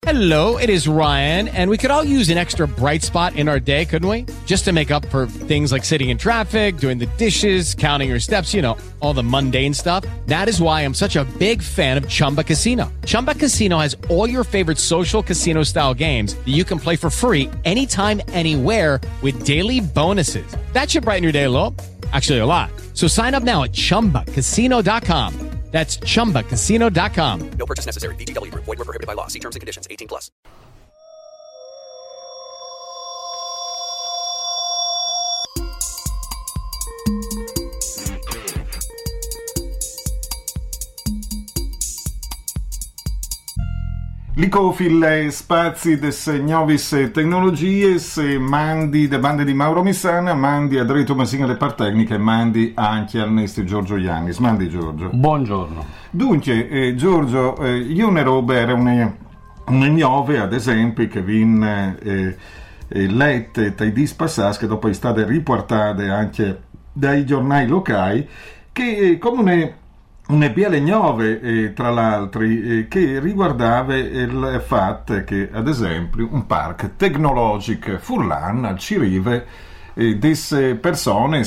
Hello, it is Ryan, and we could all use an extra bright spot in our day, couldn't we? Just to make up for things like sitting in traffic, doing the dishes, counting your steps, you know, all the mundane stuff. That is why I'm such a big fan of Chumba Casino. Chumba Casino has all your favorite social casino-style games that you can play for free anytime, anywhere with daily bonuses. That should brighten your day a little. Actually, a lot. So sign up now at ChumbaCasino.com. That's ChumbaCasino.com. No purchase necessary. VGW Group. Void where prohibited by law. See terms and conditions. 18+. Licofil spazi des novis tecnologies, mandi de bande di Mauro Missana, mandi a Dre Tomasina le partecniche, mandi anche al Nesti Giorgio Iannis. Mandi Giorgio. Buongiorno. Dunque, Giorgio, io ne robe era une nuove, ad esempio, che vin lette dai dispassati, che dopo è state riportate anche dai giornali locali, che come una biele nuove, tra l'altro, che riguardava il fatto che, ad esempio, un parco tecnologico Furlan ci arriva delle persone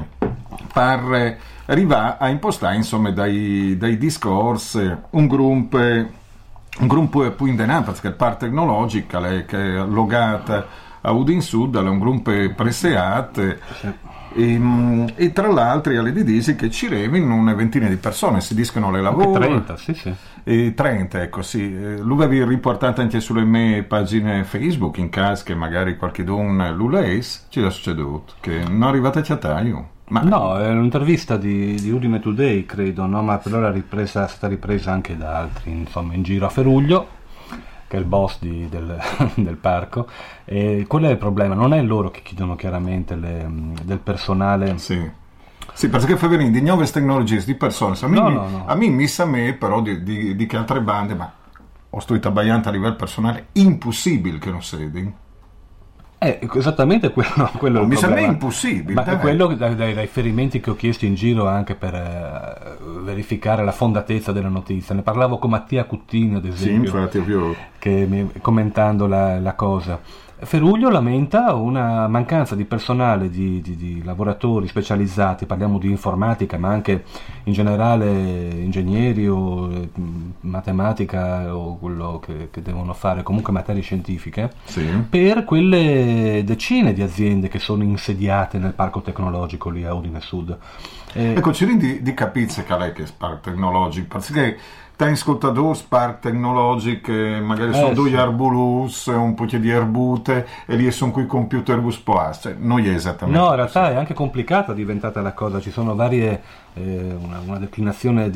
per arrivare a impostare, insomma, dai discorsi un gruppo più indenato, perché il parco tecnologico che è logato a Udin Sud, è un gruppo preseato. E tra l'altro alle didisi che ci revino una ventina di persone, si discono le lavoro. 30, sì. E 30, ecco, sì. Lui avevi riportato anche sulle mie pagine Facebook, in caso che magari qualcuno lo lees, ci è succeduto, che non arrivate a Ciataio. No, è un'intervista di Udine Today, credo, no? Ma però è stata ripresa anche da altri, insomma, in giro a Feruglio, che è il boss del parco, e quello è il problema, non è loro che chiedono chiaramente del personale. Sì, perché fa venire di nuove tecnologie di persone, no. A me mi sa me però di che altre bande, ma ho studiato abbagliante a livello personale, impossibile che non sedi. Esattamente quello mi sembra problema. Impossibile. Ma è quello dai riferimenti che ho chiesto in giro anche per verificare la fondatezza della notizia. Ne parlavo con Mattia Cuttini, ad esempio, sì, infatti, commentando la cosa. Feruglio lamenta una mancanza di personale, di lavoratori specializzati, parliamo di informatica, ma anche in generale ingegneri o matematica o quello che devono fare, comunque materie scientifiche, sì, per quelle decine di aziende che sono insediate nel parco tecnologico lì a Udine Sud. Ecco, ci rendi di capire che è il parco tecnologico, perché tem ascoltadores park tecnologic, magari sono due arbulus, un po' di erbute e lì sono qui computer buspoas, cioè non è esattamente. No, in realtà è anche complicata diventata la cosa, ci sono varie una declinazione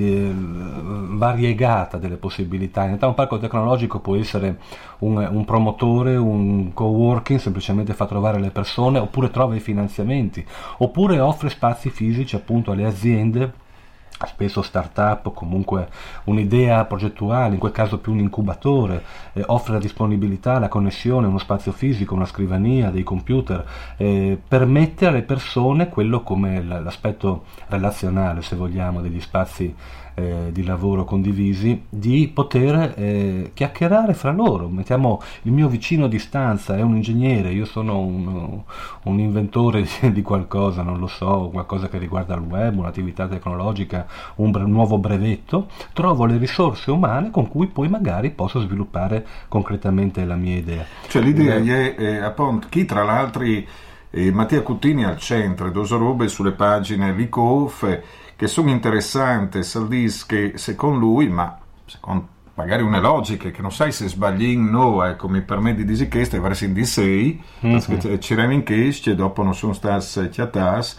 variegata delle possibilità. In realtà un parco tecnologico può essere un promotore, un coworking, semplicemente fa trovare le persone, oppure trova i finanziamenti, oppure offre spazi fisici appunto alle aziende, spesso start-up o comunque un'idea progettuale, in quel caso più un incubatore, offre la disponibilità, la connessione, uno spazio fisico, una scrivania, dei computer, permette alle persone quello come l'aspetto relazionale, se vogliamo, degli spazi di lavoro condivisi, di poter chiacchierare fra loro. Mettiamo il mio vicino a distanza, è un ingegnere, io sono un inventore di qualcosa, non lo so, qualcosa che riguarda il web, un'attività tecnologica, un nuovo brevetto, trovo le risorse umane con cui poi magari posso sviluppare concretamente la mia idea. Cioè l'idea è appunto chi tra l'altro Mattia Cuttini al centro, dose robe sulle pagine Licof che sono interessanti, Saldis che secondo lui, ma secondo magari una logica che non sai se sbagli no, ecco, mi permette di dire che stai verso di 6, perché c'erano in case e dopo non sono stati chiatati,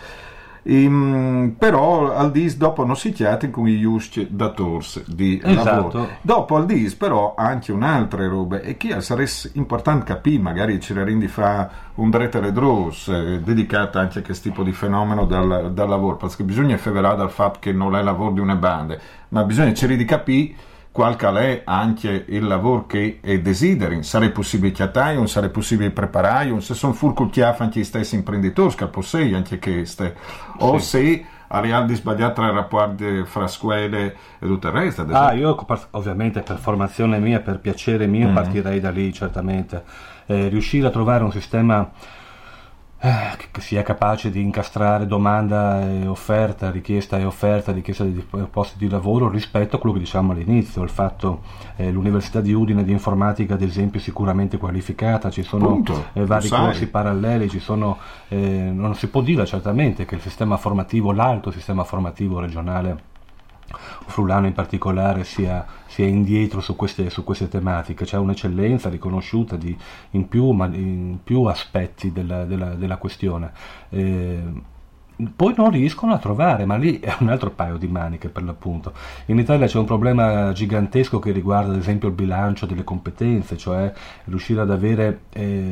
però al dis dopo non si chiati con i giusti dators di lavoro. Dopo al dis però anche un'altra roba, e che sarebbe importante capire, magari ci rendi fa un drete le draws dedicata anche a questo tipo di fenomeno dal lavoro, perché bisogna fevelare dal fatto che non è lavoro di una banda, ma bisogna cercare di capire qual è anche il lavoro che desideri. Sarebbe possibile chiatare, non sarebbe possibile preparare, se sono furcultiafi anche gli stessi imprenditori che possei anche queste, o se alle sbagliate tra i rapporti fra scuole e tutto il resto. Io ovviamente per formazione mia, per piacere mio, partirei da lì certamente. Riuscire a trovare un sistema che sia capace di incastrare domanda e offerta, richiesta di posti di lavoro rispetto a quello che diciamo all'inizio, il fatto l'Università di Udine di informatica ad esempio è sicuramente qualificata, ci sono vari corsi paralleli, ci sono non si può dire certamente che il sistema formativo, l'alto sistema formativo regionale friulano in particolare sia indietro su queste tematiche. C'è un'eccellenza riconosciuta in più aspetti della questione. Poi non riescono a trovare, ma lì è un altro paio di maniche per l'appunto. In Italia c'è un problema gigantesco che riguarda ad esempio il bilancio delle competenze, cioè riuscire ad avere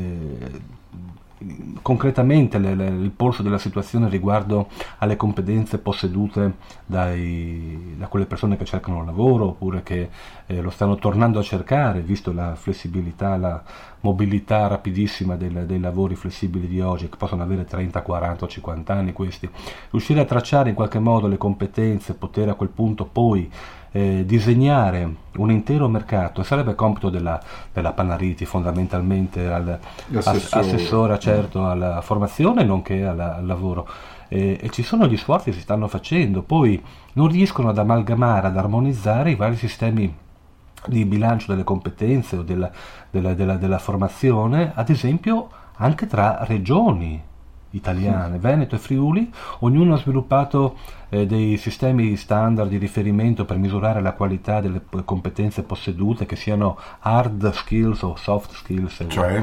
concretamente il polso della situazione riguardo alle competenze possedute da quelle persone che cercano un lavoro oppure che lo stanno tornando a cercare, visto la flessibilità, la mobilità rapidissima dei lavori flessibili di oggi, che possono avere 30, 40 o 50 anni questi. Riuscire a tracciare in qualche modo le competenze, poter a quel punto poi disegnare un intero mercato, sarebbe compito della Panariti fondamentalmente, assessora certo alla formazione nonché al lavoro, e ci sono gli sforzi che si stanno facendo, poi non riescono ad amalgamare, ad armonizzare i vari sistemi di bilancio delle competenze o della formazione, ad esempio anche tra regioni italiane, Veneto e Friuli. Ognuno ha sviluppato dei sistemi standard di riferimento per misurare la qualità delle competenze possedute, che siano hard skills o soft skills. Cioè,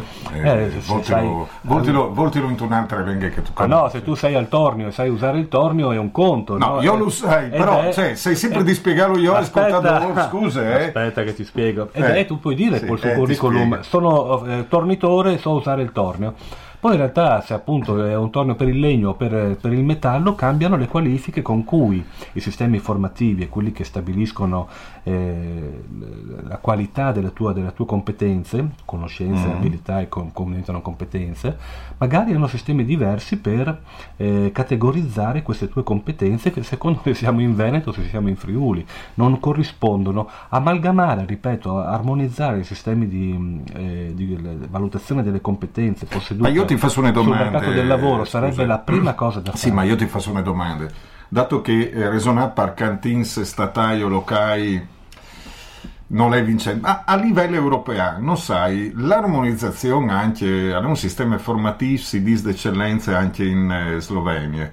voltilo in un'altra lingua che tu conosci. No, se tu sei al tornio e sai usare il tornio è un conto. No, io lo sai, però sei sempre di spiegarlo io, ascoltando scusa. Aspetta che ti spiego. Tu puoi dire col suo curriculum, sono tornitore, so usare il tornio. Poi in realtà, se appunto è un tornio per il legno o per il metallo, cambiano le qualifiche con cui i sistemi formativi e quelli che stabiliscono la qualità delle tue competenze, conoscenze, abilità e diventano competenze, magari hanno sistemi diversi per categorizzare queste tue competenze che, secondo se siamo in Veneto o se siamo in Friuli, non corrispondono. Amalgamare, ripeto, armonizzare i sistemi di valutazione delle competenze possedute. Ma io ti faccio una domanda. Sul mercato del lavoro sarebbe la prima cosa da fare. Sì, ma io ti faccio una domanda. Dato che resonat per cantins statali o locali non è vincente, ma a livello europeo, non sai, l'armonizzazione anche a un sistema formativo si dice d'eccellenza anche in Slovenia,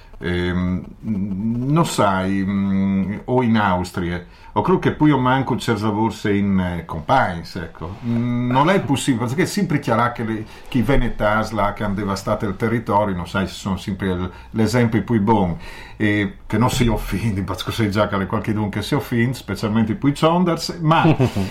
non sai, o in Austria, o credo che poi manco c'è forse in Compagns, ecco. Non è possibile, perché è sempre chiaro che i venetas là che hanno devastato il territorio, non sai, sono sempre l'esempio più buono, e che non si offende, perché sai già che qualcuno che si offende, specialmente poi Chonders, ma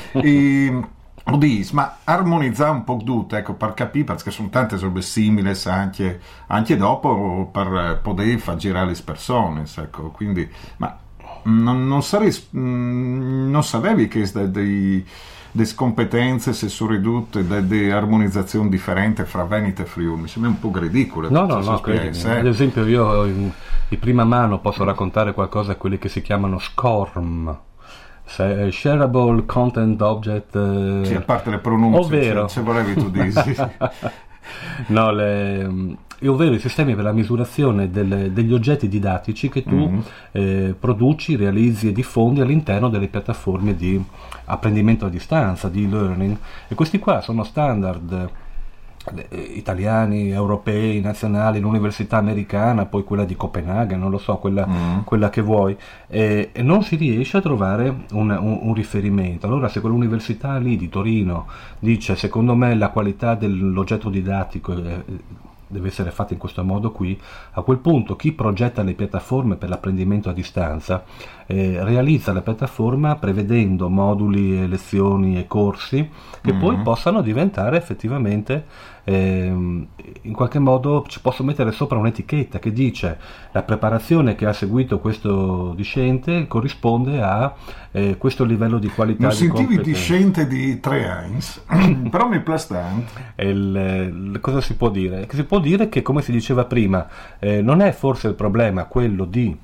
ma armonizzare un po' tutto, ecco, per capire, perché sono tante robe simili anche dopo, per poter far girare le persone, ecco, quindi, ma non sapevi che delle competenze se sono ridotte di armonizzazione differente fra Veneto e Friuli? Mi sembra un po' ridicolo. No, ad esempio io di prima mano posso raccontare qualcosa a quelli che si chiamano SCORM, Shareable Content Object, sì, a parte le pronunce, ovvero se volevi tu dici. No, ovvero i sistemi per la misurazione degli oggetti didattici che tu produci, realizzi e diffondi all'interno delle piattaforme di apprendimento a distanza, di e-learning, e questi qua sono standard italiani, europei, nazionali, l'università americana, poi quella di Copenaghen, non lo so, quella che vuoi, e non si riesce a trovare un riferimento. Allora, se quell'università lì di Torino dice secondo me la qualità dell'oggetto didattico deve essere fatta in questo modo qui, a quel punto chi progetta le piattaforme per l'apprendimento a distanza realizza la piattaforma prevedendo moduli, lezioni e corsi che poi possano diventare effettivamente in qualche modo ci posso mettere sopra un'etichetta che dice la preparazione che ha seguito questo discente corrisponde a questo livello di qualità. Non sentivi discente di 3 anni, però mi plastante. Cosa si può dire? Si può dire che, come si diceva prima, non è forse il problema quello di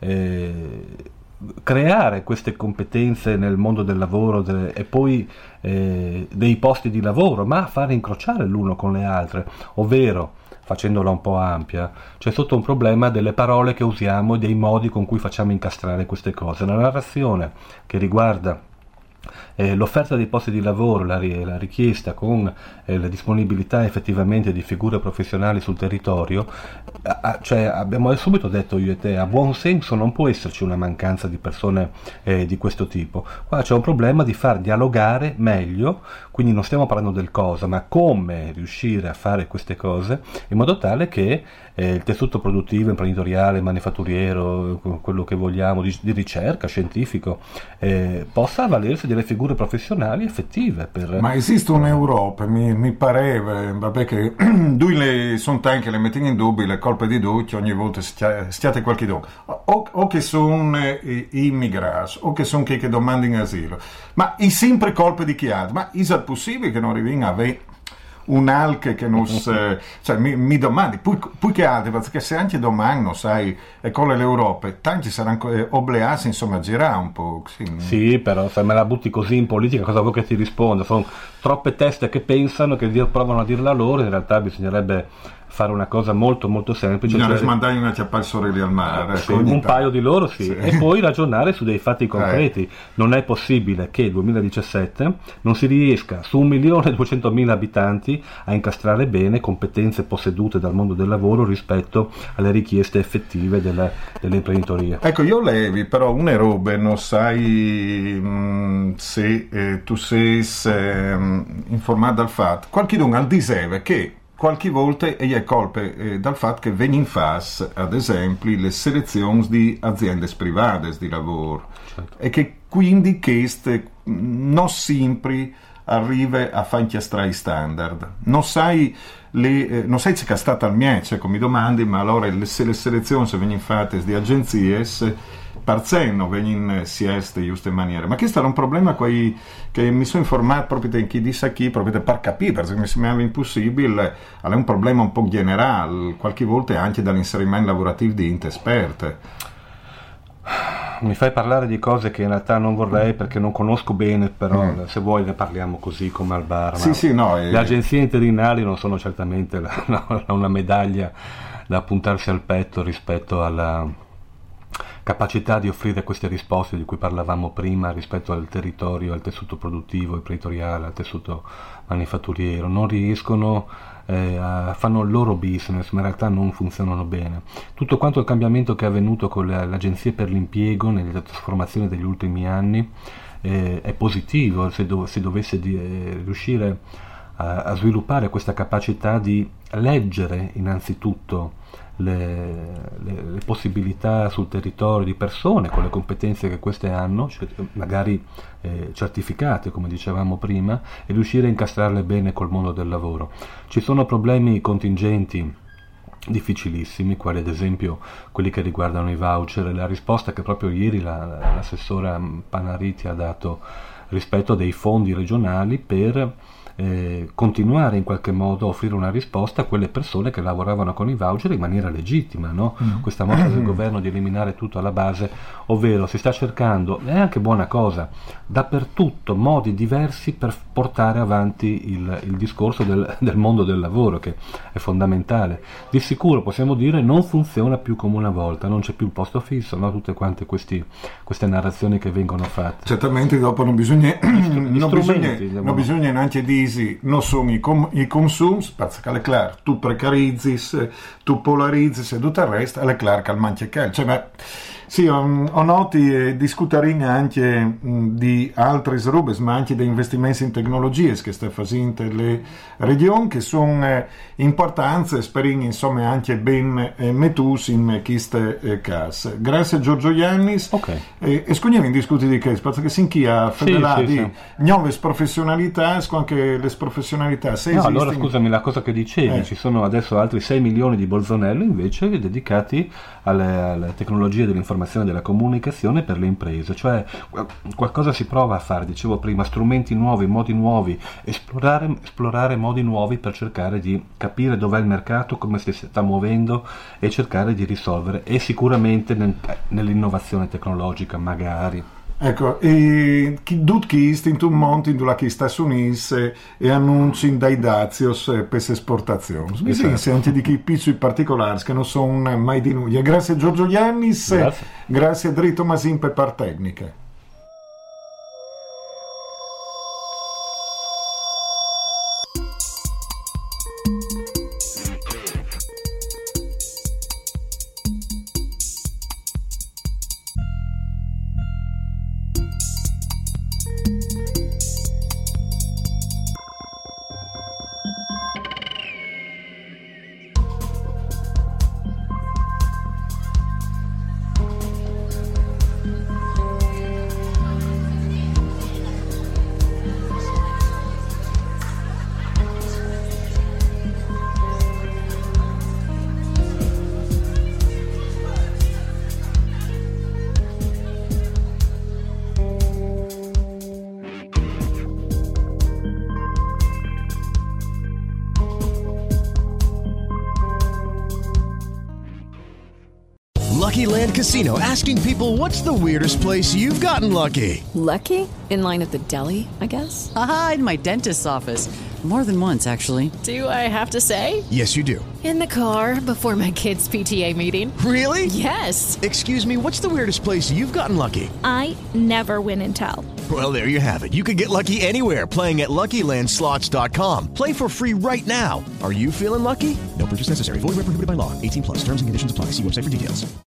creare queste competenze nel mondo del lavoro e poi dei posti di lavoro, ma fare incrociare l'uno con le altre, ovvero, facendola un po' ampia, c'è sotto un problema delle parole che usiamo e dei modi con cui facciamo incastrare queste cose. La narrazione che riguarda l'offerta dei posti di lavoro, la richiesta con la disponibilità effettivamente di figure professionali sul territorio, cioè abbiamo subito detto io e te, a buon senso non può esserci una mancanza di persone di questo tipo. Qua c'è un problema di far dialogare meglio, quindi non stiamo parlando del cosa, ma come riuscire a fare queste cose in modo tale che il tessuto produttivo, imprenditoriale, manifatturiero, quello che vogliamo, di ricerca, scientifico, possa avvalersi delle figure professionali effettive. Ma esiste un'Europa, mi pareva, vabbè, che due sono anche le mettendo in dubbio le colpe di tutti, ogni volta stiate qualche do, o che sono immigrati, o che sono che domandano asilo, ma è sempre colpe di chi ha, ma è possibile che non arrivi a avere un alche che non cioè mi domandi poi che altri, perché se anche domani non sai e con l'Europa tanti saranno obbligati insomma a girare un po'. Sì, però se me la butti così in politica cosa vuoi che ti risponda? Sono troppe teste che pensano, che provano a dirla loro, in realtà bisognerebbe fare una cosa molto molto semplice, bisogna smandare una chiappare sorelle al mare, sì, un paio di loro sì, e poi ragionare su dei fatti concreti. Non è possibile che nel 2017 non si riesca su 1.200.000 abitanti a incastrare bene competenze possedute dal mondo del lavoro rispetto alle richieste effettive dell'imprenditoria. Ecco, io levi però une robe, non sai se tu sei informato dal fatto, qualcuno al diseve che qualche volta è colpe dal fatto che vengono fatte, ad esempio, le selezioni di aziende private di lavoro, certo, e che quindi queste non sempre arriva a fare inchiastrare i standard. Non sai se è stata al miece, come domandi, ma allora se le selezioni vengono fatte di agenzie parzenno vengono sieste giuste in maniera, ma questo era un problema che mi sono informato proprio in chi disse chi, proprio per capire, perché mi sembrava impossibile, è un problema un po' generale, qualche volta anche dall'inserimento lavorativo di esperte. Mi fai parlare di cose che in realtà non vorrei perché non conosco bene, però se vuoi ne parliamo così come al bar. Sì, no, le agenzie interinali non sono certamente una medaglia da puntarsi al petto rispetto alla capacità di offrire queste risposte di cui parlavamo prima rispetto al territorio, al tessuto produttivo, imprenditoriale, al tessuto manifatturiero. Non riescono fanno il loro business, ma in realtà non funzionano bene. Tutto quanto il cambiamento che è avvenuto con le agenzie per l'impiego nelle trasformazioni degli ultimi anni è positivo se dovesse riuscire a sviluppare questa capacità di leggere innanzitutto le possibilità sul territorio di persone con le competenze che queste hanno, magari certificate come dicevamo prima, e riuscire a incastrarle bene col mondo del lavoro. Ci sono problemi contingenti difficilissimi, quali ad esempio quelli che riguardano i voucher, e la risposta che proprio ieri l'assessora Panariti ha dato rispetto a dei fondi regionali per continuare in qualche modo a offrire una risposta a quelle persone che lavoravano con i voucher in maniera legittima, no? Questa mossa del governo di eliminare tutto alla base, ovvero si sta cercando, è anche buona cosa, dappertutto modi diversi per portare avanti il discorso del mondo del lavoro, che è fondamentale. Di sicuro possiamo dire non funziona più come una volta, non c'è più il posto fisso, no? Tutte quante queste narrazioni che vengono fatte. Certamente dopo non bisogna neanche dire non sono i consumi, perché è chiaro, tu precarizzi, tu polarizzi e tutto il resto, è chiaro che al manca che. Cioè, sì, ho noti discuterine anche di altre robe, ma anche di investimenti in tecnologie che stanno facendo le regioni, che sono importanti, speriamo insomma anche ben mettusi in queste case. Grazie a Giorgio Iannis. Okay. E scogniamo in discutere di questo, perché sin chi ha fedelato di nuove professionalità, anche le sprofessionalità. Se No, esistono... allora scusami, la cosa che dicevi, ci sono adesso altri 6 milioni di bolzonelli invece dedicati alle tecnologie dell'informazione e della comunicazione per le imprese, cioè qualcosa si prova a fare, dicevo prima, strumenti nuovi, modi nuovi, esplorare modi nuovi per cercare di capire dov'è il mercato, come si sta muovendo e cercare di risolvere, e sicuramente nell'innovazione tecnologica magari. Ecco, e tutti in un mondo in cui gli Stati Uniti e annunciano dai dazios per esportazione. Mi senti anche di chi piccoli particolari che non sono mai di noi. Grazie a Giorgio Iannis, grazie a Dritto Masin per par tecniche. Lucky Land Casino, asking people, what's the weirdest place you've gotten lucky? Lucky? In line at the deli, I guess? Aha, in my dentist's office. More than once, actually. Do I have to say? Yes, you do. In the car before my kids' PTA meeting. Really? Yes. Excuse me, what's the weirdest place you've gotten lucky? I never win and tell. Well, there you have it. You can get lucky anywhere, playing at LuckyLandSlots.com. Play for free right now. Are you feeling lucky? No purchase necessary. Void where prohibited by law. 18+. Terms and conditions apply. See website for details.